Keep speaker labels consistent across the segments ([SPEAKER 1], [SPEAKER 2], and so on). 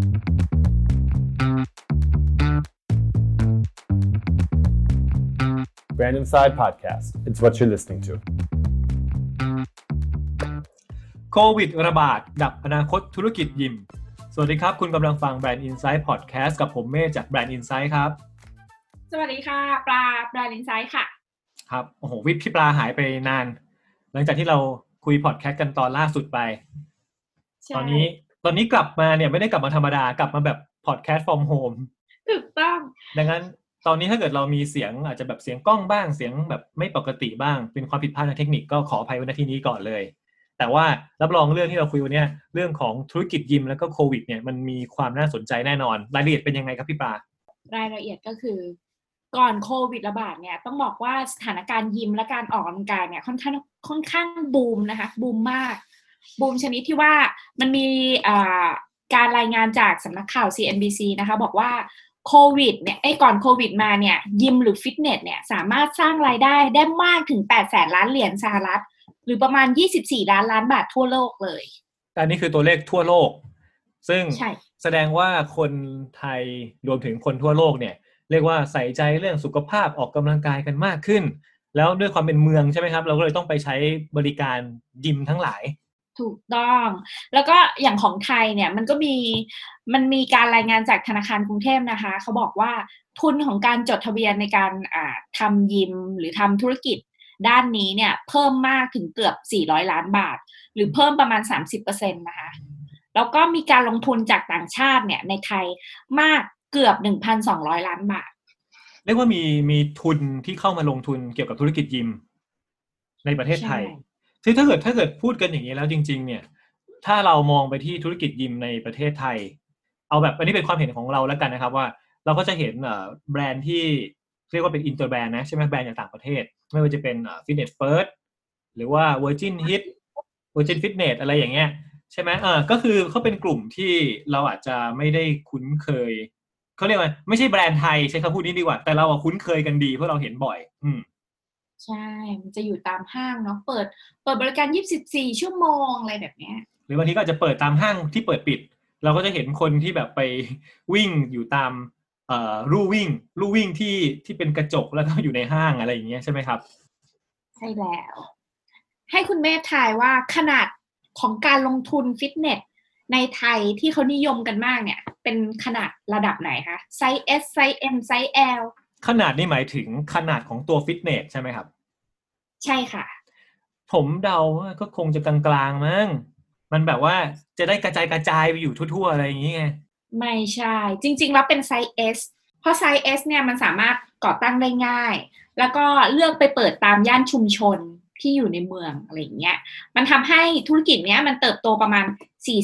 [SPEAKER 1] Brand Inside Podcast. It's what you're listening to.
[SPEAKER 2] โควิดระบาดดับอนาคตธุรกิจยิมสวัสดีครับคุณกำลังฟัง Brand Insight Podcast กับผมเมธจาก Brand Insight ครับ
[SPEAKER 3] สวัสดีค่ะปลา Brand Insight ค่ะ
[SPEAKER 2] ครับโอ้โหพี่ปลาหายไปนานหลังจากที่เราคุยพอดแคสต์กันตอนล่าสุดไปตอนนี้กลับมาเนี่ยไม่ได้กลับมาธรรมดากลับมาแบบพอดแคสต์ from home
[SPEAKER 3] ถูกต้อง
[SPEAKER 2] ดังนั้นตอนนี้ถ้าเกิดเรามีเสียงอาจจะแบบเสียงกล้องบ้างเสียงแบบไม่ปกติบ้างเป็นความผิดพลาดทางเทคนิคก็ขออภัยไว้ณที่นี้ก่อนเลยแต่ว่ารับรองเรื่องที่เราคุยวันนี้เรื่องของธุรกิจยิมแล้วก็โควิดเนี่ยมันมีความน่าสนใจแน่นอนรายละเอียดเป็นยังไงครับพี่ปลาร
[SPEAKER 3] ายละเอียดก็คือก่อนโควิดระบาดเนี่ยต้องบอกว่าสถานการณ์ยิมและการออกกำลังกายเนี่ยค่อนข้างบูมนะคะบูมมากบูมชนิดที่ว่ามันมีการรายงานจากสำนักข่าว CNBC นะคะบอกว่าโควิดเนี่ยก่อนโควิดมาเนี่ยยิมหรือฟิตเนสเนี่ยสามารถสร้างรายได้มากถึง 800,000 ล้านเหรียญสหรัฐหรือประมาณ24 ล้านบาททั่วโลกเลย
[SPEAKER 2] อันนี้คือตัวเลขทั่วโลกซึ่งแสดงว่าคนไทยรวมถึงคนทั่วโลกเนี่ยเรียกว่าใส่ใจเรื่องสุขภาพออกกำลังกายกันมากขึ้นแล้วด้วยความเป็นเมืองใช่ไหมครับเราก็เลยต้องไปใช้บริการยิมทั้งหลาย
[SPEAKER 3] ถูกต้องแล้วก็อย่างของไทยเนี่ยมันมีการรายงานจากธนาคารกรุงเทพนะคะเขาบอกว่าทุนของการจดทะเบียนในการทำยิมหรือทำธุรกิจด้านนี้เนี่ยเพิ่มมากถึงเกือบ400 ล้านบาทหรือเพิ่มประมาณ 30% นะคะแล้วก็มีการลงทุนจากต่างชาติเนี่ยในไทยมากเกือบ 1,200 ล้านบาท
[SPEAKER 2] เรียกว่ามีทุนที่เข้ามาลงทุนเกี่ยวกับธุรกิจยิมในประเทศไทยซึ่งถ้าเกิดพูดกันอย่างนี้แล้วจริงๆเนี่ยถ้าเรามองไปที่ธุรกิจยิมในประเทศไทยเอาแบบอันนี้เป็นความเห็นของเราแล้วกันนะครับว่าเราก็จะเห็นแบรนด์ที่เรียกว่าเป็นอินเตอร์แบรนด์นะใช่ไหมแบรนด์จากต่างประเทศไม่ว่าจะเป็นFitness First หรือว่า Virgin Hit Virgin Fitness อะไรอย่างเงี้ยใช่ไหมก็คือเขาเป็นกลุ่มที่เราอาจจะไม่ได้คุ้นเคยเขาเรียกว่าไม่ใช่แบรนด์ไทยใช้คำพูดนี้ดีกว่าแต่เราคุ้นเคยกันดีเพราะเราเห็นบ่อย
[SPEAKER 3] ใช่มันจะอยู่ตามห้างเนาะเปิดบริการ24 ชั่วโมงอะไรแบบนี้
[SPEAKER 2] หรือบางทีก็อาจจะเปิดตามห้างที่เปิดปิดเราก็จะเห็นคนที่แบบไปวิ่งอยู่ตามลู่วิ่งที่เป็นกระจกแล้วก็อยู่ในห้างอะไรอย่างเงี้ยใช่ไหมครับ
[SPEAKER 3] ใช่แล้วให้คุณเมธทายว่าขนาดของการลงทุนฟิตเนสในไทยที่เขานิยมกันมากเนี่ยเป็นขนาดระดับไหนคะไซส์ S ไซส์ M ไซส์ L
[SPEAKER 2] ขนาดนี่หมายถึงขนาดของตัวฟิตเนสใช่ไหมครับ
[SPEAKER 3] ใช่ค่ะ
[SPEAKER 2] ผมเดาว่าก็คงจะกลางๆมั้งมันแบบว่าจะได้กระจายไปอยู่ทั่วๆอะไรอย่างเงี้ย
[SPEAKER 3] ไม่ใช่จริงๆแล้วเป็นไซส์ S เพราะไซส์ S เนี่ยมันสามารถก่อตั้งได้ง่ายแล้วก็เลือกไปเปิดตามย่านชุมชนที่อยู่ในเมืองอะไรอย่างเงี้ยมันทำให้ธุรกิจเนี้ยมันเติบโตประมาณ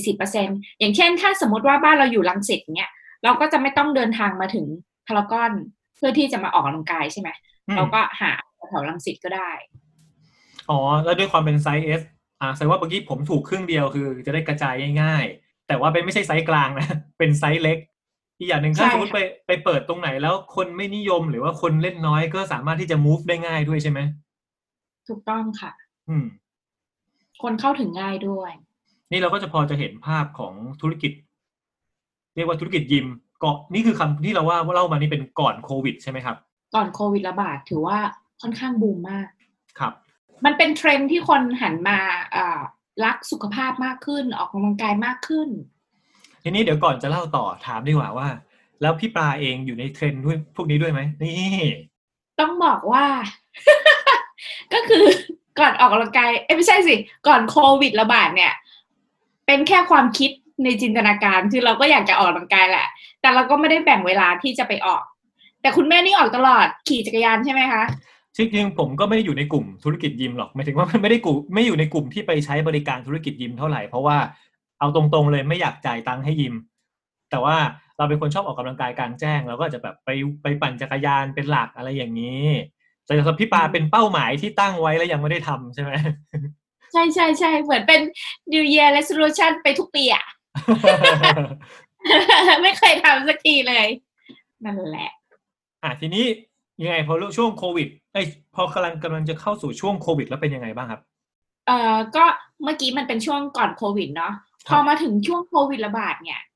[SPEAKER 3] 40% อย่างเช่นถ้าสมมติว่าบ้านเราอยู่รังสิตเนี้ยเราก็จะไม่ต้องเดินทางมาถึงพารากอนเพื่อที่จะมาออกกำลังกายใช่ไหมเราก็หาแถวรังสิตก็ได้
[SPEAKER 2] อ๋อแล้วด้วยความเป็นไซส์ S แสดงว่าเมื่อกี้ผมถูกครึ่งเดียวคือจะได้กระจายง่ายๆแต่ว่าเป็นไม่ใช่ไซส์กลางนะเป็นไซส์เล็กอีกอย่างหนึ่งถ้าสมมติไปเปิดตรงไหนแล้วคนไม่นิยมหรือว่าคนเล่นน้อยก็สามารถที่จะ move ได้ง่ายด้วยใช่ไหม
[SPEAKER 3] ถูกต้องค่ะคนเข้าถึงง่ายด้วย
[SPEAKER 2] นี่เราก็จะพอจะเห็นภาพของธุรกิจเรียกว่าธุรกิจยิมก็นี่คือคำที่เราว่าเล่ามานี่เป็นก่อนโควิดใช่ไหมครับ
[SPEAKER 3] ก่อนโควิดระบาดถือว่าค่อนข้างบูมมาก
[SPEAKER 2] ครับ
[SPEAKER 3] มันเป็นเทรนด์ที่คนหันมารักสุขภาพมากขึ้นออกกำลังกายมากขึ้น
[SPEAKER 2] ทีนี้เดี๋ยวก่อนจะเล่าต่อถามดีกว่าว่าแล้วพี่ปลาเองอยู่ในเทรนด์ด้วยพวกนี้ด้วยไหมนี่
[SPEAKER 3] ต้องบอกว่า ก็คือก่อนออกกำลังกายไม่ใช่สิก่อนโควิดระบาดเนี่ยเป็นแค่ความคิดในจินตนาการคือเราก็อยากจะออกกำลังกายแหละแต่เราก็ไม่ได้แบ่งเวลาที่จะไปออกแต่คุณแม่นี่ออกตลอดขี่จักรยานใช่ไหมคะ
[SPEAKER 2] จริงๆผมก็ไม่ได้อยู่ในกลุ่มธุรกิจยิมหรอกหมายถึงว่าไม่อยู่ในกลุ่มที่ไปใช้บริการธุรกิจยิมเท่าไหร่เพราะว่าเอาตรงๆเลยไม่อยากจ่ายตังค์ให้ยิมแต่ว่าเราเป็นคนชอบออกกำลังกายกลางแจ้งเราก็จะแบบไปปั่นจักรยานเป็นหลักอะไรอย่างนี้แต่สำหรับพี่ปาเป็นเป้าหมายที่ตั้งไว้แล้วยังไม่ได้ทำใช่ไหม
[SPEAKER 3] ใช่ใช่ใช่เหมือนเป็น New Year Resolution ไปทุกปีอ่ะ ไม่เคยทำสักทีเลยนั่นแหละ
[SPEAKER 2] ทีนี้ยังไงพอช่วงโควิดพอกำลังจะเข้าสู่ช่วงโควิดแล้วเป็นยังไงบ้างครับ
[SPEAKER 3] ก็เมื่อกี้มันเป็นช่วงก่อนโควิดเนาะพอมาถึงช่วงโควิดระบาดเนี่ย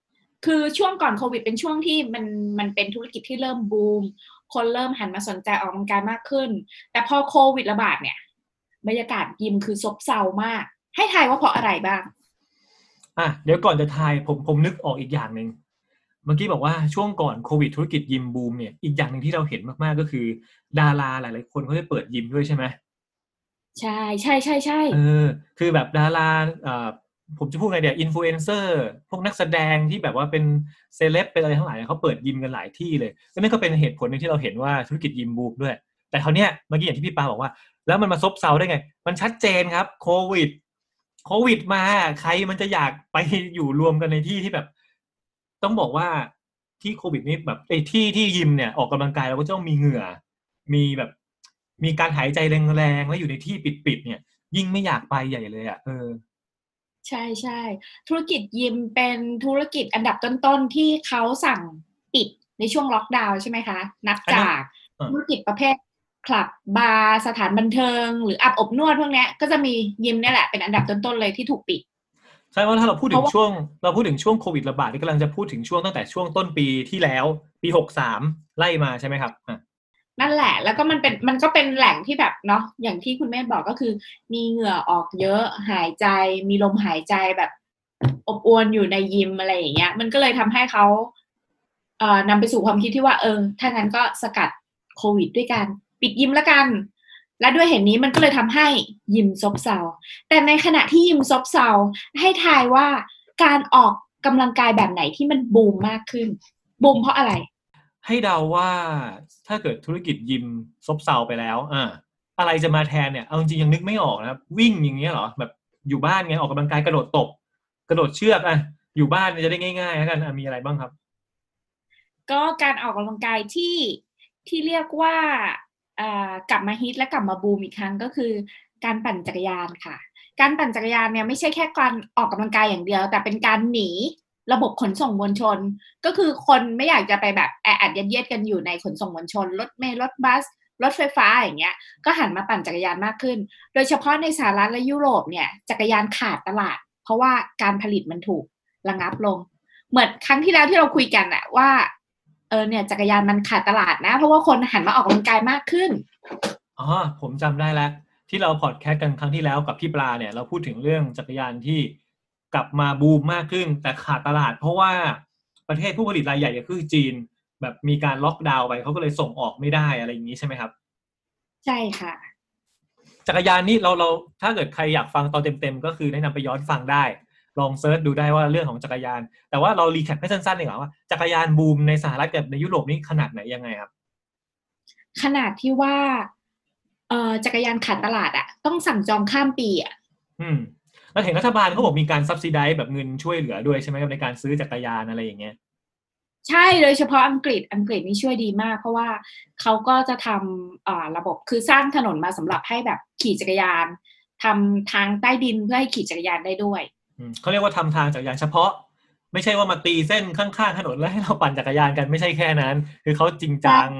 [SPEAKER 3] คือช่วงก่อนโควิดเป็นช่วงที่มันเป็นธุรกิจที่เริ่มบูมคนเริ่มหันมาสนใจออกกำลังกายมากขึ้นแต่พอโควิดระบาดเนี่ยบรรยากาศยิมคือซบเซามากให้ทายว่าเพราะอะไรบ้าง
[SPEAKER 2] เดี๋ยวก่อนจะทายผมนึกออกอีกอย่างหนึ่งเมื่อกี้บอกว่าช่วงก่อนโควิดธุรกิจยิมบูมเนี่ยอีกอย่างหนึ่งที่เราเห็นมากๆก็คือดาราหลายๆคนเขาจะเปิดยิมด้วยใช่ไหม
[SPEAKER 3] ใช่ใช่ใช่ใช่
[SPEAKER 2] คือแบบดาราผมจะพูดไงเดี๋ยวอินฟลูเอนเซอร์พวกนักแสดงที่แบบว่าเป็นเซเลบเป็นอะไรทั้งหลายเขาเปิดยิมกันหลายที่เลยก็นั่นก็เป็นเหตุผลนึงที่เราเห็นว่าธุรกิจยิมบูมด้วยแต่คราวเนี้ยเมื่อกี้อย่างที่พี่ปาบอกว่าแล้วมันมาซบเซาได้ไงมันชัดเจนครับโควิดมาใครมันจะอยากไปอยู่รวมกันในที่ที่แบบต้องบอกว่าที่โควิดนี้แบบที่ยิมเนี่ยออกกำลังกายเราก็ต้องมีเหงื่อมีแบบมีการหายใจแรงๆแล้วอยู่ในที่ปิดๆเนี่ยยิ่งไม่อยากไปใหญ่เลย
[SPEAKER 3] ใช่ใช่ธุรกิจยิมเป็นธุรกิจอันดับต้นๆที่เขาสั่งปิดในช่วงล็อกดาวน์ใช่ไหมคะนับจากธุรกิจประเภทคลับบาร์สถานบันเทิงหรืออาบอบนวดพวกนี้ก็จะมียิมเนี่ยแหละเป็นอันดับต้นๆเลยที่ถูกปิด
[SPEAKER 2] ใช่ว่าถ้าเราพูดถึงช่วงโควิดระบาดนี่กำลังจะพูดถึงช่วงตั้งแต่ช่วงต้นปีที่แล้วปี63ไล่มาใช่ไหมครับ
[SPEAKER 3] นั่นแหละแล้วก็มันก็เป็นแหล่งที่แบบเนาะอย่างที่คุณแม่บอกก็คือมีเหงื่อออกเยอะหายใจมีลมหายใจแบบอบอวลอยู่ในยิมอะไรอย่างเงี้ยมันก็เลยทำให้เขานำไปสู่ความคิดที่ว่าถ้างั้นก็สกัดโควิดด้วยการปิดยิมละกันและด้วยเหตุนี้มันก็เลยทำให้ยิมซบเซาแต่ในขณะที่ยิมซบเซาให้ทายว่าการออกกำลังกายแบบไหนที่มันบูมมากขึ้นบูมเพราะอะไร
[SPEAKER 2] ให้เดาว่าถ้าเกิดธุรกิจยิมซบเซาไปแล้วอะไรจะมาแทนเนี่ยเอาจริงยังนึกไม่ออกนะครับวิ่งอย่างเงี้ยเหรอแบบอยู่บ้านไงออกกำลังกายกระโดดตบกระโดดเชือกอยู่บ้านจะได้ง่ายๆแล้วกันมีอะไรบ้างครับ
[SPEAKER 3] ก็การออกกำลังกายที่เรียกว่ากลับมาฮิตและกลับมาบูมอีกครั้งก็คือการปั่นจักรยานค่ะการปั่นจักรยานเนี่ยไม่ใช่แค่การออกกำลังกายอย่างเดียวแต่เป็นการหนีระบบขนส่งมวลชนก็คือคนไม่อยากจะไปแบบแออัดยัดเยียดกันอยู่ในขนส่งมวลชนรถเมล์รถบัสรถไฟฟ้าอย่างเงี้ยก็หันมาปั่นจักรยานมากขึ้นโดยเฉพาะในสหรัฐและยุโรปเนี่ยจักรยานขาดตลาดเพราะว่าการผลิตมันถูกระงับลงเหมือนครั้งที่แล้วที่เราคุยกันอะว่าเนี่ยจักรยานมันขาดตลาดนะเพราะว่าคนหันมาออกกำลังกายมากขึ้น
[SPEAKER 2] ผมจำได้แล้วที่เราพอดแคสต์กันครั้งที่แล้วกับพี่ปลาเนี่ยเราพูดถึงเรื่องจักรยานที่กลับมาบูมมากขึ้นแต่ขาดตลาดเพราะว่าประเทศผู้ผลิตรายใหญ่ก็คือจีนแบบมีการล็อกดาวน์ไปเขาก็เลยส่งออกไม่ได้อะไรอย่างนี้ใช่ไหมครับ
[SPEAKER 3] ใช่ค่ะ
[SPEAKER 2] จักรยานนี่เราถ้าเกิดใครอยากฟังตอนเต็มๆก็คือแนะนำไปย้อนฟังได้ลองเซิร์ชดูได้ว่าเรื่องของจักรยานแต่ว่าเรารีแคปให้สั้นๆดีกว่าว่าจักรยานบูมในสหรัฐกับในยุโรปนี่ขนาดไหนยังไงครับ
[SPEAKER 3] ขนาดที่ว่าจักรยานขาดตลาดอะต้องสั่งจองข้ามปีอะ
[SPEAKER 2] แล้วเห็นรัฐบาลเขาบอกมีการซับซิไดซ์แบบเงินช่วยเหลือด้วยใช่ไหมครับในการซื้อจักรยานอะไรอย่างเงี้ย
[SPEAKER 3] ใช่โดยเฉพาะอังกฤษนี่ช่วยดีมากเพราะว่าเขาก็จะทำระบบคือสร้างถนนมาสำหรับให้แบบขี่จักรยานทำทางใต้ดินเพื่อให้ขี่จักรยานได้ด้วย
[SPEAKER 2] เขาเรียกว่าทำทางจักรยานเฉพาะไม่ใช่ว่ามาตีเส้นข้างๆถนนแล้วให้เราปั่นจักรยานกันไม่ใช่แค่นั้นคือเขาจริงจัง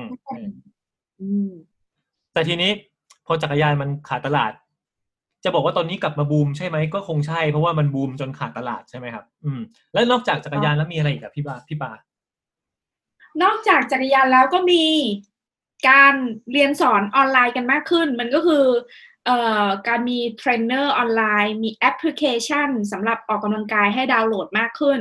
[SPEAKER 2] แต่ทีนี้พอจักรยานมันขาดตลาดจะบอกว่าตอนนี้กลับมาบูมใช่ไหมก็คงใช่เพราะว่ามันบูมจนขาดตลาดใช่ไหมครับแล้วนอกจากจักรยานแล้วมีอะไรอีกพี่ปาน
[SPEAKER 3] อกจากจักรยานแล้วก็มีการเรียนสอนออนไลน์กันมากขึ้นมันก็คือการมีเทรนเนอร์ออนไลน์มีแอปพลิเคชันสำหรับออกกำลังกายให้ดาวน์โหลดมากขึ้น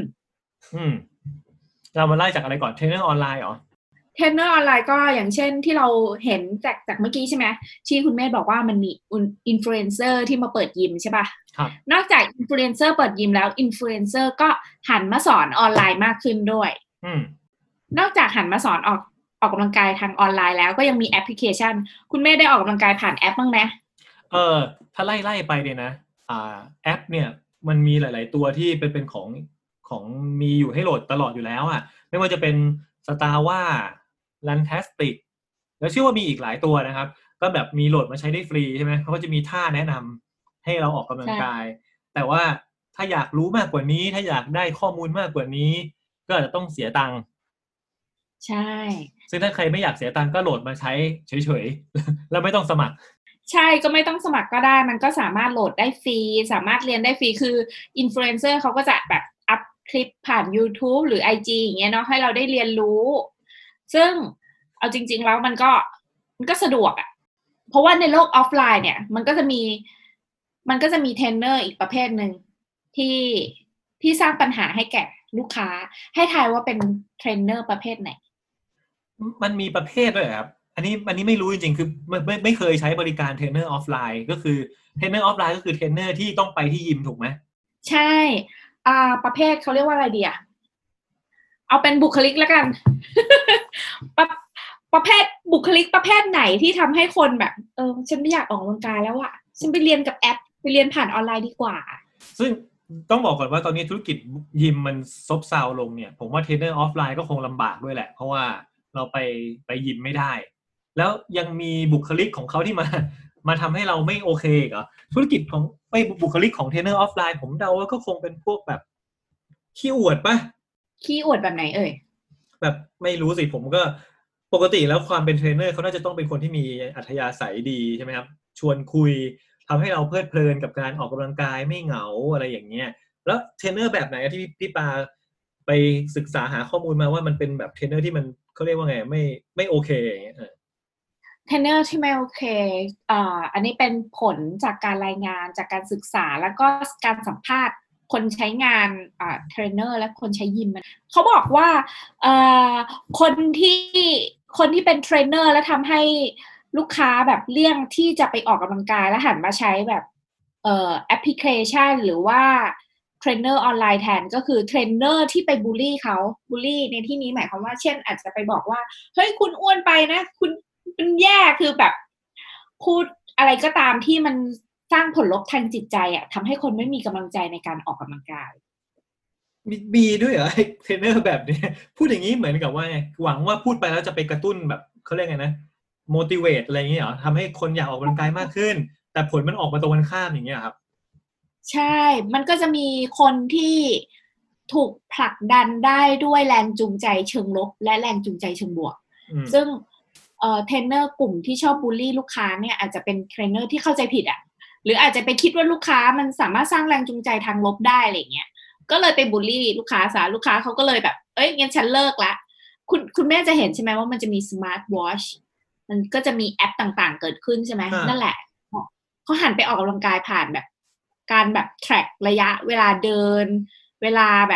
[SPEAKER 2] เรามาไล่จากอะไรก่อนเทรนเนอร์ออนไลน์เหรอ
[SPEAKER 3] เทรนเนอร์ออนไลน์ก็อย่างเช่นที่เราเห็นจากเมื่อกี้ใช่ไหมที่คุณแม่บอกว่ามันมีอินฟลูเอนเซอร์ที่มาเปิดยิมใช่ป่ะ
[SPEAKER 2] ครับ
[SPEAKER 3] นอกจากอินฟลูเอนเซอร์เปิดยิมแล้วอินฟลูเอนเซอร์ก็หันมาสอนออนไลน์มากขึ้นด้วยนอกจากหันมาสอนออกกำลังกายทางออนไลน์แล้วก็ยังมีแอปพลิเคชันคุณแม่ได้ออกกำลังกายผ่านแอปบ้างไหม
[SPEAKER 2] ถ้าไล่ไปเนี่ยนะแอปเนี่ยมันมีหลายๆตัวที่เป็นของมีอยู่ให้โหลดตลอดอยู่แล้วไม่ว่าจะเป็น Strava Runtastic แล้วเชื่อว่ามีอีกหลายตัวนะครับก็แบบมีโหลดมาใช้ได้ฟรีใช่ไหมเขาก็จะมีท่าแนะนำให้เราออกกำลังกายแต่ว่าถ้าอยากรู้มากกว่านี้ถ้าอยากได้ข้อมูลมากกว่านี้ก็อาจจะต้องเสียตังค์
[SPEAKER 3] ใช่
[SPEAKER 2] ซึ่งถ้าใครไม่อยากเสียตังค์ก็โหลดมาใช้เฉยๆแล้วไม่ต้องสมัคร
[SPEAKER 3] ใช่ก็ไม่ต้องสมัครก็ได้มันก็สามารถโหลดได้ฟรีสามารถเรียนได้ฟรีคืออินฟลูเอนเซอร์เขาก็จะแบบคลิปผ่าน YouTube หรือ IG อย่างเงี้ยเนาะให้เราได้เรียนรู้ซึ่งเอาจริงๆแล้วมันก็สะดวกอ่ะเพราะว่าในโลกออฟไลน์เนี่ยมันก็จะมีเทรนเนอร์อีกประเภทหนึ่งที่สร้างปัญหาให้แก่ลูกค้าให้ทายว่าเป็นเทรนเนอร์ประเภทไหน
[SPEAKER 2] มันมีประเภทด้วยครับอันนี้ไม่รู้จริงๆคือไม่เคยใช้บริการเทรนเนอร์ออฟไลน์ก็คือเทรนเนอร์ออฟไลน์ก็คือเทรนเนอร์ที่ต้องไปที่ยิมถูกไหม
[SPEAKER 3] ใช่ประเภทเขาเรียกว่าอะไรดีอะเอาเป็นบุคลิกแล้วกัน ประเภทบุคลิกประเภทไหนที่ทำให้คนแบบฉันไม่อยากออกกำลังกายแล้วอะฉันไปเรียนกับแอปไปเรียนผ่านออนไลน์ดีกว่า
[SPEAKER 2] ซึ่งต้องบอกก่อนว่าตอนนี้ธุรกิจยิมมันซบเซาลงเนี่ยผมว่าเทรนเนอร์ออฟไลน์ก็คงลำบากด้วยแหละเพราะว่าเราไปยิมไม่ได้แล้วยังมีบุคลิกของเขาที่มาทำให้เราไม่โอเคเหรอธุรกิจของบุคลิกของเทรนเนอร์ออฟไลน์ผมเดาว่าก็คงเป็นพวกแบบขี้อวดป่ะ
[SPEAKER 3] ขี้อวดแบบไหนเอ่ย
[SPEAKER 2] แบบไม่รู้สิผมก็ปกติแล้วความเป็นเทรนเนอร์เขาน่าจะต้องเป็นคนที่มีอัธยาศัยดีใช่ไหมครับชวนคุยทำให้เราเพลิดเพลินกับการออกกำลังกายไม่เหงาอะไรอย่างเงี้ยแล้วเทรนเนอร์แบบไหนที่พี่ปาไปศึกษาหาข้อมูลมาว่ามันเป็นแบบเทรนเนอร์ที่มันเขาเรียกว่าไงไม่โอเคอย่างเงี้ย
[SPEAKER 3] เทรนเนอร์ที่ไม่โอเคอันนี้เป็นผลจากการรายงานจากการศึกษาแล้วก็การสัมภาษณ์คนใช้งานเทรนเนอร์และคนใช้ยิมเขาบอกว่าคนที่เป็นเทรนเนอร์แล้วทำให้ลูกค้าแบบเลี่ยงที่จะไปออกกำลังกายแล้วหันมาใช้แบบแอปพลิเคชันหรือว่าเทรนเนอร์ออนไลน์แทนก็คือเทรนเนอร์ที่ไปบูลลี่เขาบูลลี่ในที่นี้หมายความว่าเช่นอาจจะไปบอกว่าเฮ้ยคุณอ้วนไปนะคุณเป็นแย่คือแบบพูดอะไรก็ตามที่มันสร้างผลลบทางจิตใจอะทำให้คนไม่มีกำลังใจในการออกกำลังกาย
[SPEAKER 2] มีด้วยเหรอเทรนเนอร์แบบนี้พูดอย่างนี้เหมือนกับว่าหวังว่าพูดไปแล้วจะไปกระตุ้นแบบเขาเรียกไงนะ motivate อะไรอย่างเงี้ยเหรอทำให้คนอยากออกกำลังกายมากขึ้นแต่ผลมันออกมาตรงกันข้ามอย่างเงี้ยครับ
[SPEAKER 3] ใช่มันก็จะมีคนที่ถูกผลักดันได้ด้วยแรงจูงใจเชิงลบและแรงจูงใจเชิงบวกซึ่งเทรนเนอร์กลุ่มที่ชอบบูลลี่ลูกค้าเนี่ยอาจจะเป็นเทรนเนอร์ที่เข้าใจผิดอ่ะหรืออาจจะไปคิดว่าลูกค้ามันสามารถสร้างแรงจูงใจทางลบได้อะไรเงี้ยก็เลยไปบูลลี่ลูกค้าซะลูกค้าเขาก็เลยแบบงั้นฉันเลิกละคุณแม่จะเห็นใช่ไหมว่ามันจะมีสมาร์ทวอชมันก็จะมีแอปต่างๆเกิดขึ้นใช่ไหมนั่นแหละเขาหันไปออกกำลังกายผ่านแบบการแบบ track ระยะเวลาเดินเวลาแบบ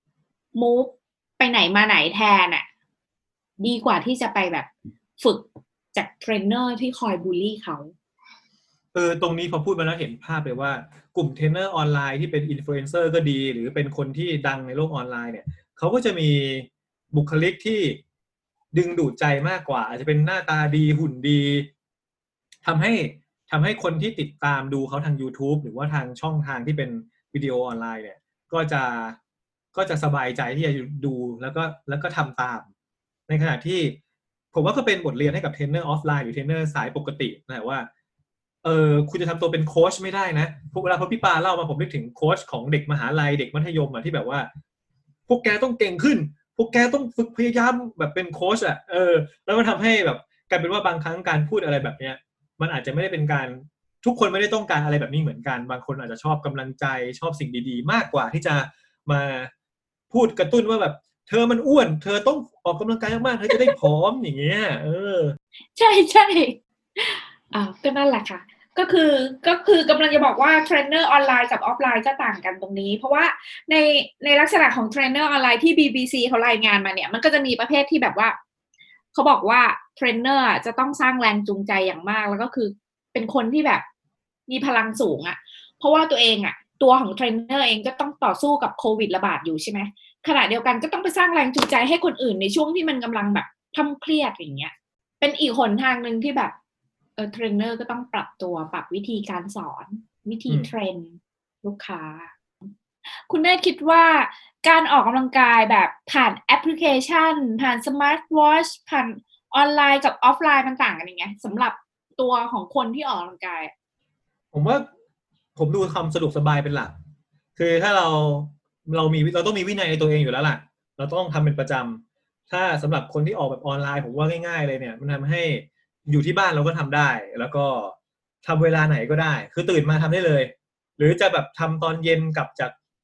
[SPEAKER 3] move ไปไหนมาไหนแทนอ่ะดีกว่าที่จะไปแบบฝึกจากเทรนเนอร์ที่คอยบูลลี่เขา
[SPEAKER 2] ตรงนี้พอพูดมาแล้วเห็นภาพเลยว่ากลุ่มเทรนเนอร์ออนไลน์ที่เป็นอินฟลูเอนเซอร์ก็ดีหรือเป็นคนที่ดังในโลกออนไลน์เนี่ยเขาก็จะมีบุคลิกที่ดึงดูดใจมากกว่าอาจจะเป็นหน้าตาดีหุ่นดีทำให้คนที่ติดตามดูเขาทาง YouTube หรือว่าทางช่องทางที่เป็นวิดีโอออนไลน์เนี่ยก็จะสบายใจที่จะดูแล้วก็ทำตามในขณะที่ผมว่าก็เป็นบทเรียนให้กับเทรนเนอร์ออฟไลน์หรือเทรนเนอร์สายปกตินะว่าคุณจะทำตัวเป็นโค้ชไม่ได้นะเวลาพอพี่ปาเล่ามาผมนึกถึงโค้ชของเด็กมหาลัยเด็กมัธยมที่แบบว่าพวกแกต้องเก่งขึ้นพวกแกต้องฝึกพยายามแบบเป็นโค้ชแล้วมันทำให้แบบกลายเป็นว่าบางครั้งการพูดอะไรแบบเนี้ยมันอาจจะไม่ได้เป็นการทุกคนไม่ได้ต้องการอะไรแบบนี้เหมือนกันบางคนอาจจะชอบกำลังใจชอบสิ่งดีๆมากกว่าที่จะมาพูดกระตุ้นว่าแบบเธอมันอ้วนเธอต้องออกกำลังกายมากๆเธอจะได้ผอมอย่างเงี้ย
[SPEAKER 3] ใช่ใช่ก็นั่นแหละค่ะก็คือกำลังจะบอกว่าเทรนเนอร์ออนไลน์กับออฟไลน์ก็ต่างกันตรงนี้เพราะว่าในลักษณะของเทรนเนอร์ออนไลน์ที่ BBC เขารายงานมาเนี่ยมันก็จะมีประเภทที่แบบว่าเขาบอกว่าเทรนเนอร์จะต้องสร้างแรงจูงใจอย่างมากแล้วก็คือเป็นคนที่แบบมีพลังสูงเพราะว่าตัวเองตัวของเทรนเนอร์เองก็ต้องต่อสู้กับโควิดระบาดอยู่ใช่ไหมขณะเดียวกันก็ต้องไปสร้างแรงจูงใจให้คนอื่นในช่วงที่มันกำลังแบบทำเครียดอย่างเงี้ยเป็นอีกหนทางนึงที่แบบเทรนเนอร์ก็ต้องปรับตัวปรับวิธีการสอนวิธีเทรนลูกค้าคุณแม่คิดว่าการออกกำลังกายแบบผ่านแอปพลิเคชันผ่านสมาร์ทวอชผ่านออนไลน์กับออฟไลน์มันต่างกันยังไงสำหรับตัวของคนที่ออกกำลังกาย
[SPEAKER 2] ผมว่าผมดูความสะดวกสบายเป็นหลักคือถ้าเราต้องมีวินัยในตัวเองอยู่แล้วล่ะเราต้องทำเป็นประจำถ้าสำหรับคนที่ออกแบบออนไลน์ผมว่าง่ายๆเลยเนี่ยมันทำให้อยู่ที่บ้านเราก็ทำได้แล้วก็ทำเวลาไหนก็ได้คือตื่นมาทำได้เลยหรือจะแบบทำตอนเย็นกลับจาก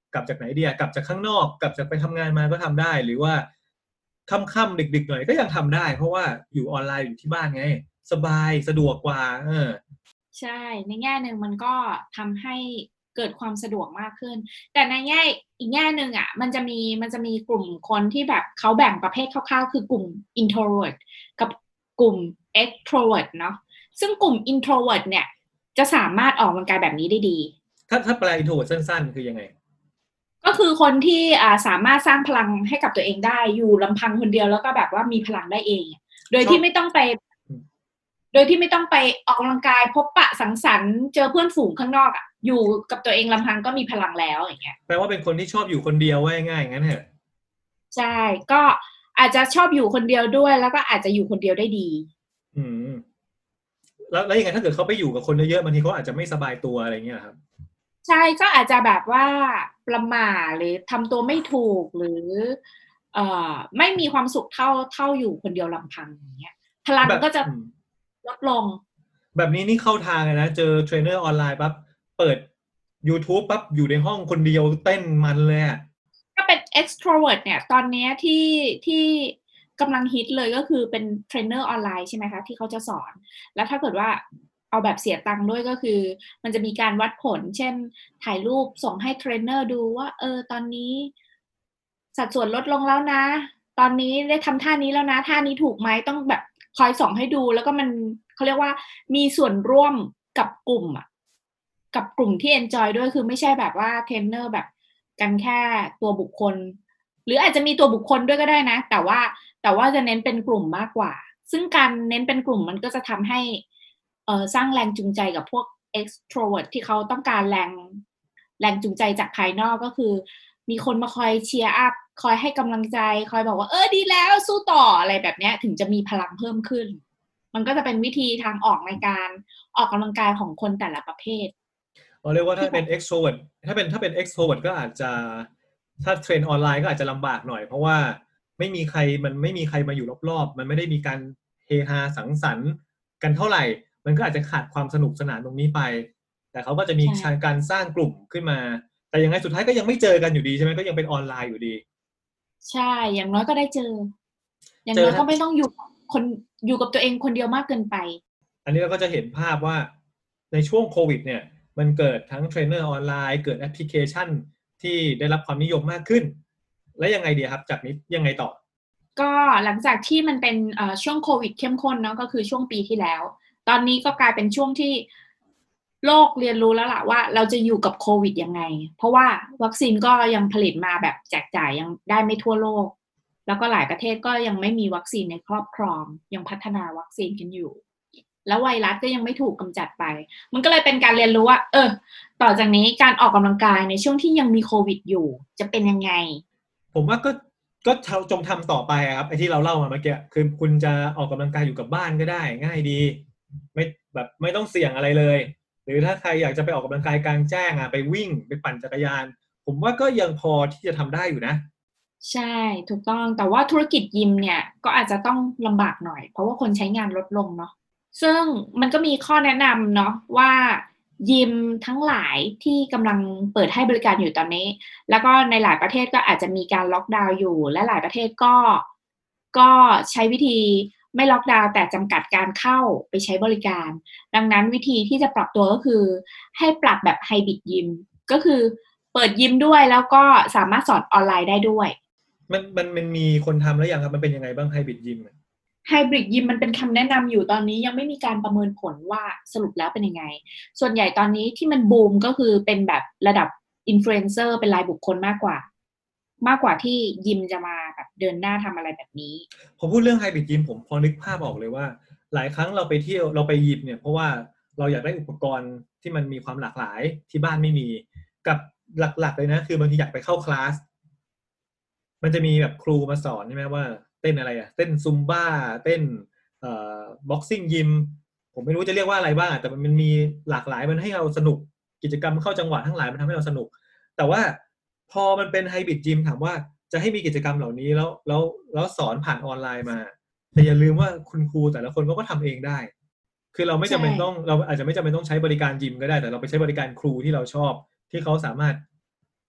[SPEAKER 2] กลับจากไหนดีกลับจากข้างนอกกลับจากไปทำงานมาก็ทำได้หรือว่าค่ำๆดึกๆหน่อยก็ยังทำได้เพราะว่าอยู่ออนไลน์อยู่ที่บ้านไงสบายสะดวกกว่า
[SPEAKER 3] ใช่ในแง่หนึ่งมันก็ทำให้เกิดความสะดวกมากขึ้นแต่ในแง่อีกแง่หนึ่งอ่ะมันจะมีกลุ่มคนที่แบบเขาแบ่งประเภทคร่าวๆคือกลุ่ม introvert กับกลุ่ม extrovert เนาะซึ่งกลุ่ม introvert เนี่ยจะสามารถออกกำลังกายแบบนี้ได้ดี
[SPEAKER 2] ถ้าแปล introvert สั้นๆคือยังไง
[SPEAKER 3] ก็คือคนที่สามารถสร้างพลังให้กับตัวเองได้อยู่ลำพังคนเดียวแล้วก็แบบว่ามีพลังได้เองโดยที่ไม่ต้องไปออกกำลังกายพบปะสังสรรค์เจอเพื่อนฝูงข้างนอกอ่ะอยู่กับตัวเองลำพังก็มีพลังแล้วอย่างเงี้ย
[SPEAKER 2] แปลว่าเป็นคนที่ชอบอยู่คนเดียวว่าง่ายๆงั้นเหรอ
[SPEAKER 3] ใช่ก็อาจจะชอบอยู่คนเดียวด้วยแล้วก็อาจจะอยู่คนเดียวได้ดี
[SPEAKER 2] แล้วยังไงถ้าเกิดเขาไปอยู่กับคนเยอะๆบางทีเขาอาจจะไม่สบายตัวอะไรเงี้ยครับ
[SPEAKER 3] ใช่ก็อาจจะแบบว่าประหม่าหรือทำตัวไม่ถูกหรือไม่มีความสุขเท่าอยู่คนเดียวลำพังอย่างเงี้ยพลังก็จะลดลง
[SPEAKER 2] แบบนี้นี่เข้าทางเลยนะเจอเทรนเนอร์ออนไลน์ปั๊บเปิด YouTube ปั๊บอยู่ในห้องคนเดียวเต้นมันเลยอ่ะ
[SPEAKER 3] ถ้าเป็น extrovert เนี่ยตอนนี้ที่กำลังฮิตเลยก็คือเป็นเทรนเนอร์ออนไลน์ใช่ไหมคะที่เขาจะสอนแล้วถ้าเกิดว่าเอาแบบเสียตังค์ด้วยก็คือมันจะมีการวัดผลเช่นถ่ายรูปส่งให้เทรนเนอร์ดูว่าตอนนี้สัดส่วนลดลงแล้วนะตอนนี้ได้ทำท่านี้แล้วนะท่านี้ถูกไหมต้องแบบคอยส่องให้ดูแล้วก็มันเขาเรียกว่ามีส่วนร่วมกับกลุ่มอ่ะกับกลุ่มที่ enjoy ด้วยคือไม่ใช่แบบว่าเทรนเนอร์แบบกันแค่ตัวบุคคลหรืออาจจะมีตัวบุคคลด้วยก็ได้นะแต่ว่าจะเน้นเป็นกลุ่มมากกว่าซึ่งการเน้นเป็นกลุ่มมันก็จะทำให้สร้างแรงจูงใจกับพวก extrovert ที่เขาต้องการแรงจูงใจจากภายนอกก็คือมีคนมาคอยเชียร์อัพคอยให้กำลังใจคอยบอกว่าดีแล้วสู้ต่ออะไรแบบนี้ถึงจะมีพลังเพิ่มขึ้นมันก็จะเป็นวิธีทางออกในการออกกำลังกายของคนแต่ละประเภท
[SPEAKER 2] เรียกว่าถ้าเป็น extrovert ถ้าเป็น extrovert ก็อาจจะถ้าเทรนออนไลน์ก็อาจจะลำบากหน่อยเพราะว่าไม่มีใครมาอยู่รอบๆมันไม่ได้มีการเฮฮาสังสรรค์กันเท่าไหร่มันก็อาจจะขาดความสนุกสนานตรงนี้ไปแต่เขาก็จะมีการสร้างกลุ่มขึ้นมาแต่ยังไงสุดท้ายก็ยังไม่เจอกันอยู่ดีใช่ไหมก็ยังเป็นออนไลน์อยู่ดี
[SPEAKER 3] ใช่อย่างน้อยก็ได้เจออย่างน้อยก็ไม่ต้องอยู่กับตัวเองคนเดียวมากเกินไป
[SPEAKER 2] อันนี้เราก็จะเห็นภาพว่าในช่วงโควิดเนี่ยมันเกิดทั้งเทรนเนอร์ออนไลน์เกิดแอปพลิเคชันที่ได้รับความนิยมมากขึ้นและยังไงดีครับจากนี้ยังไงต่อ
[SPEAKER 3] ก็หลังจากที่มันเป็นช่วงโควิดเข้มข้นเนาะก็คือช่วงปีที่แล้วตอนนี้ก็กลายเป็นช่วงที่โลกเรียนรู้แล้วล่ะว่าเราจะอยู่กับโควิดยังไงเพราะว่าวัคซีนก็ยังผลิตมาแบบแจกจ่ายยังได้ไม่ทั่วโลกแล้วก็หลายประเทศก็ยังไม่มีวัคซีนในครอบครองยังพัฒนาวัคซีนกันอยู่แล้วไวรัสก็ยังไม่ถูกกำจัดไปมันก็เลยเป็นการเรียนรู้ว่าต่อจากนี้การออกกำลังกายในช่วงที่ยังมีโควิดอยู่จะเป็นยังไง
[SPEAKER 2] ผมว่าก็จงทำต่อไปครับไอ้ที่เราเล่ามาเมื่อกี้คือคุณจะออกกำลังกายอยู่กับบ้านก็ได้ง่ายดีไม่ต้องเสี่ยงอะไรเลยหรือถ้าใครอยากจะไปออกกำลังกายกลางแจ้งไปวิ่งไปปั่นจักรยานผมว่าก็ยังพอที่จะทำได้อยู่นะ
[SPEAKER 3] ใช่ถูกต้องแต่ว่าธุรกิจยิมเนี่ยก็อาจจะต้องลำบากหน่อยเพราะว่าคนใช้งานลดลงเนาะซึ่งมันก็มีข้อแนะนำเนาะว่ายิมทั้งหลายที่กำลังเปิดให้บริการอยู่ตอนนี้แล้วก็ในหลายประเทศก็อาจจะมีการล็อกดาวน์อยู่และหลายประเทศก็ใช้วิธีไม่ล็อกดาวน์แต่จำกัดการเข้าไปใช้บริการดังนั้นวิธีที่จะปรับตัวก็คือให้ปรับแบบไฮบริดยิมก็คือเปิดยิมด้วยแล้วก็สามารถสอนออนไลน์ได้ด้วย
[SPEAKER 2] มันมีคนทำแล้วยังครับมันเป็นยังไงบ้างไฮบริดยิม
[SPEAKER 3] ไฮบริดยิมมันเป็นคำแนะนำอยู่ตอนนี้ยังไม่มีการประเมินผลว่าสรุปแล้วเป็นยังไงส่วนใหญ่ตอนนี้ที่มันบูมก็คือเป็นแบบระดับอินฟลูเอนเซอร์เป็นรายบุคคลมากกว่าที่ยิมจะมาแบบเดินหน้าทำอะไรแบบนี้
[SPEAKER 2] พอพูดเรื่องไฮบริดยิมผมพอนึกภาพออกเลยว่าหลายครั้งเราไปเที่ยวเราไปยิมเนี่ยเพราะว่าเราอยากได้อุปกรณ์ที่มันมีความหลากหลายที่บ้านไม่มีกับหลักๆเลยนะคือบางทีอยากไปเข้าคลาสมันจะมีแบบครูมาสอนใช่ไหมว่าเต้นอะไรเต้นซุมบ้าเต้นบ็อกซิ่งยิมผมไม่รู้จะเรียกว่าอะไรบ้างแต่มันมีหลากหลายมันให้เราสนุกกิจกรรมเข้าจังหวะทั้งหลายมันทำให้เราสนุกแต่ว่าพอมันเป็นไฮบริดยิมถามว่าจะให้มีกิจกรรมเหล่านี้แล้วสอนผ่านออนไลน์มาแต่อย่าลืมว่าคุณครูแต่ละคนก็ทำเองได้คือเราไม่จำเป็นต้องเราอาจจะไม่จำเป็นต้องใช้บริการยิมก็ได้แต่เราไปใช้บริการครูที่เราชอบที่เขาสามารถ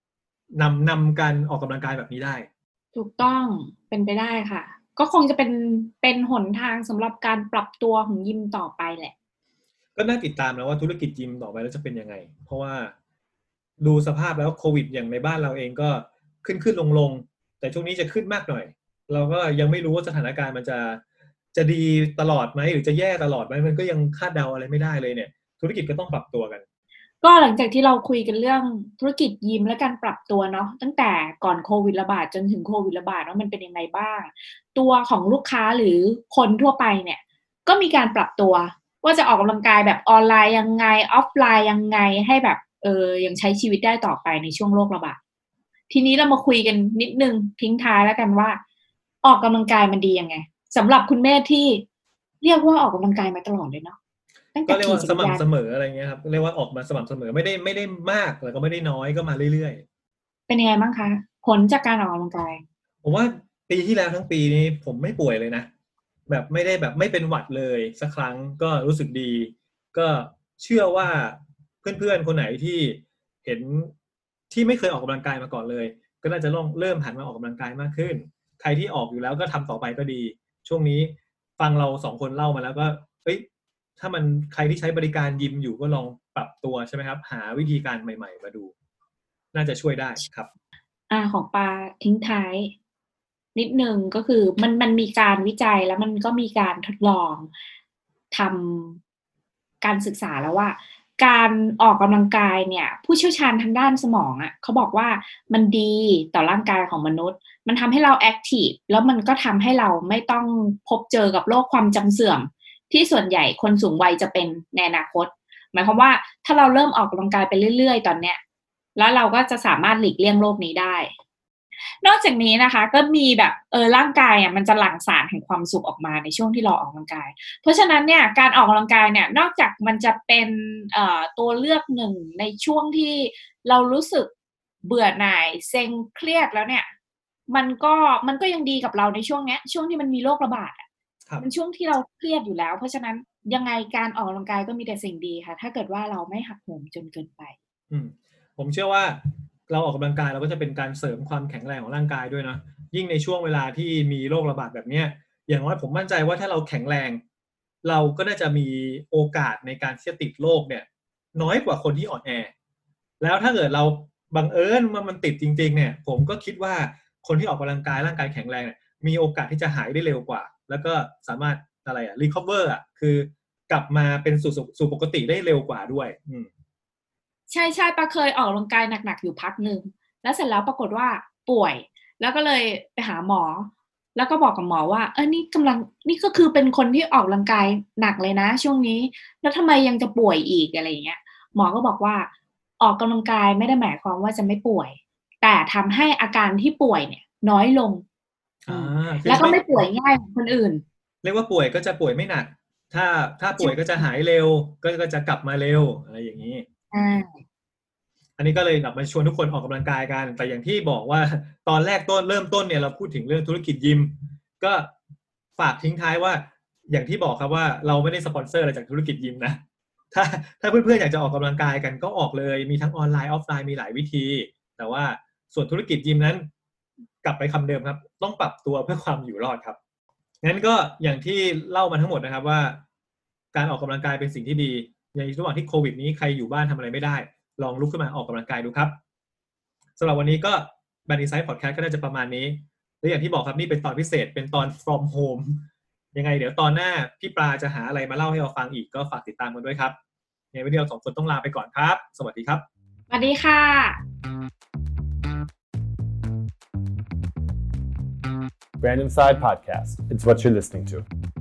[SPEAKER 2] นำการออกกำลังกายแบบนี้ได้
[SPEAKER 3] ถูกต้องเป็นไปได้ค่ะก็คงจะเป็นหนทางสำหรับการปรับตัวของยิมต่อไปแหละ
[SPEAKER 2] ก็น่าติดตามนะว่าธุรกิจยิมต่อไปแล้วจะเป็นยังไงเพราะว่าดูสภาพแล้วโควิดอย่างในบ้านเราเองก็ขึ้นลงแต่ช่วงนี้จะขึ้นมากหน่อยเราก็ยังไม่รู้ว่าสถานการณ์มันจะดีตลอดไหมหรือจะแย่ตลอดไหมมันก็ยังคาดเดาอะไรไม่ได้เลยเนี่ยธุรกิจก็ต้องปรับตัวกัน
[SPEAKER 3] ก็หลังจากที่เราคุยกันเรื่องธุรกิจยิมและการปรับตัวเนาะตั้งแต่ก่อนโควิดระบาดจนถึงโควิดระบาดว่ามันเป็นยังไงบ้างตัวของลูกค้าหรือคนทั่วไปเนี่ยก็มีการปรับตัวว่าจะออกกำลังกายแบบออนไลน์ยังไงออฟไลน์ยังไงให้แบบยังใช้ชีวิตได้ต่อไปในช่วงโรคระบาดทีนี้เรามาคุยกันนิดนึงทิ้งท้ายแล้วกันว่าออกกำลังกายมันดียังไงสำหรับคุณแม่ที่เรียกว่าออกกำลังกายมาตลอดเลยเนาะ
[SPEAKER 2] ก็เรียกว่าสม่ำเสมออะไรเงี้ยครับเรียกว่าออกมาสม่ำเสมอไม่ได้มากแล้วก็ไม่ได้น้อยก็มาเรื่อย
[SPEAKER 3] ๆเป็นยังไงบ้างคะผลจากการออกกำลังกาย
[SPEAKER 2] ผมว่าปีที่แล้วทั้งปีนี้ผมไม่ป่วยเลยนะแบบไม่ได้แบบไม่เป็นหวัดเลยสักครั้งก็รู้สึกดีก็เชื่อว่าเพื่อนๆคนไหนที่เห็นที่ไม่เคยออกกำลังกายมาก่อนเลยก็น่าจะเริ่มหันมาออกกำลังกายมากขึ้นใครที่ออกอยู่แล้วก็ทำต่อไปก็ดีช่วงนี้ฟังเรา2คนเล่ามาแล้วก็ถ้ามันใครที่ใช้บริการยิมอยู่ก็ลองปรับตัวใช่ไหมครับหาวิธีการใหม่ๆมาดูน่าจะช่วยได้ครับ
[SPEAKER 3] ของปาทิ้งท้ายนิดนึงก็คือมันมีการวิจัยแล้วมันก็มีการทดลองทำการศึกษาแล้วว่าการออกกำลังกายเนี่ยผู้เชี่ยวชาญทางด้านสมองเขาบอกว่ามันดีต่อร่างกายของมนุษย์มันทำให้เราแอคทีฟแล้วมันก็ทำให้เราไม่ต้องพบเจอกับโรคความจำเสื่อมที่ส่วนใหญ่คนสูงวัยจะเป็นในอนาคตหมายความว่าถ้าเราเริ่มออกกำลังกายไปเรื่อยๆตอนเนี้ยแล้วเราก็จะสามารถหลีกเลี่ยงโรคนี้ได้นอกจากนี้นะคะก็มีแบบร่างกายมันจะหลั่งสารแห่งความสุขออกมาในช่วงที่เราออกกำลังกายเพราะฉะนั้นเนี่ยการออกกำลังกายเนี่ยนอกจากมันจะเป็นตัวเลือกหนึ่งในช่วงที่เรารู้สึกเบื่อหน่ายเซ็งเครียดแล้วเนี่ยมันก็ยังดีกับเราในช่วงเนี้ยช่วงที่มันมีโรคระบาดเป็นช่วงที่เราเครียดอยู่แล้วเพราะฉะนั้นยังไงการออกกำลังกายก็มีแต่สิ่งดีค่ะถ้าเกิดว่าเราไม่หักโหมจนเกินไป
[SPEAKER 2] ผมเชื่อว่าเราออกกำลังกายเราก็จะเป็นการเสริมความแข็งแรงของร่างกายด้วยนะยิ่งในช่วงเวลาที่มีโรคระบาดแบบนี้อย่างน้อยผมมั่นใจว่าถ้าเราแข็งแรงเราก็น่าจะมีโอกาสในการที่จะติดโรคเนี่ยน้อยกว่าคนที่อ่อนแอแล้วถ้าเกิดเราบังเอิญมันติดจริงๆเนี่ยผมก็คิดว่าคนที่ออกกำลังกายร่างกายแข็งแรงเนี่ยมีโอกาสที่จะหายได้เร็วกว่าแล้วก็สามารถrecover คือกลับมาเป็นสู่ปกติได้เร็วกว่าด้วย
[SPEAKER 3] ใช่ปาเคยออกกำลังกายหนักๆอยู่พักนึงแล้วเสร็จแล้วปรากฏว่าป่วยแล้วก็เลยไปหาหมอแล้วก็บอกกับหมอว่านี่ก็คือเป็นคนที่ออกกำลังกายหนักเลยนะช่วงนี้แล้วทำไมยังจะป่วยอีกอะไรอย่างเงี้ยหมอก็บอกว่าออกกำลังกายไม่ได้หมายความว่าจะไม่ป่วยแต่ทำให้อาการที่ป่วยเนี่ยน้อยลงแล้วก็ไม่ป่วยง่ายเหมือนคนอื่น
[SPEAKER 2] เรียกว่าป่วยก็จะป่วยไม่หนักถ้าป่วยก็จะหายเร็วก็จะกลับมาเร็วอะไรอย่างนี้อันนี้ก็เลยมาชวนทุกคนออกกำลังกายกันแต่อย่างที่บอกว่าตอนแรกเริ่มต้นเนี่ยเราพูดถึงเรื่องธุรกิจยิมก็ฝากทิ้งท้ายว่าอย่างที่บอกครับว่าเราไม่ได้สปอนเซอร์อะไรจากธุรกิจยิมนะถ้าเพื่อนๆอยากจะออกกำลังกายกันก็ออกเลยมีทั้งออนไลน์ออฟไลน์มีหลายวิธีแต่ว่าส่วนธุรกิจยิมนั้นกลับไปคำเดิมครับต้องปรับตัวเพื่อความอยู่รอดครับงั้นก็อย่างที่เล่ามาทั้งหมดนะครับว่าการออกกำลังกายเป็นสิ่งที่ดีในระหว่างที่โควิดนี้ใครอยู่บ้านทำอะไรไม่ได้ลองลุกขึ้นมาออกกำลังกายดูครับสำหรับวันนี้ก็Band Insight Podcastก็น่าจะประมาณนี้และอย่างที่บอกครับนี่เป็นตอนพิเศษเป็นตอน from home ยังไงเดี๋ยวตอนหน้าพี่ปลาจะหาอะไรมาเล่าให้เราฟังอีกก็ฝากติดตามกันด้วยครับในวันนี้เรา2คนต้องลาไปก่อนครับสวัสดีครับ
[SPEAKER 3] สวัสดีค่ะ
[SPEAKER 1] Brand Inside Podcast. It's what you're listening to.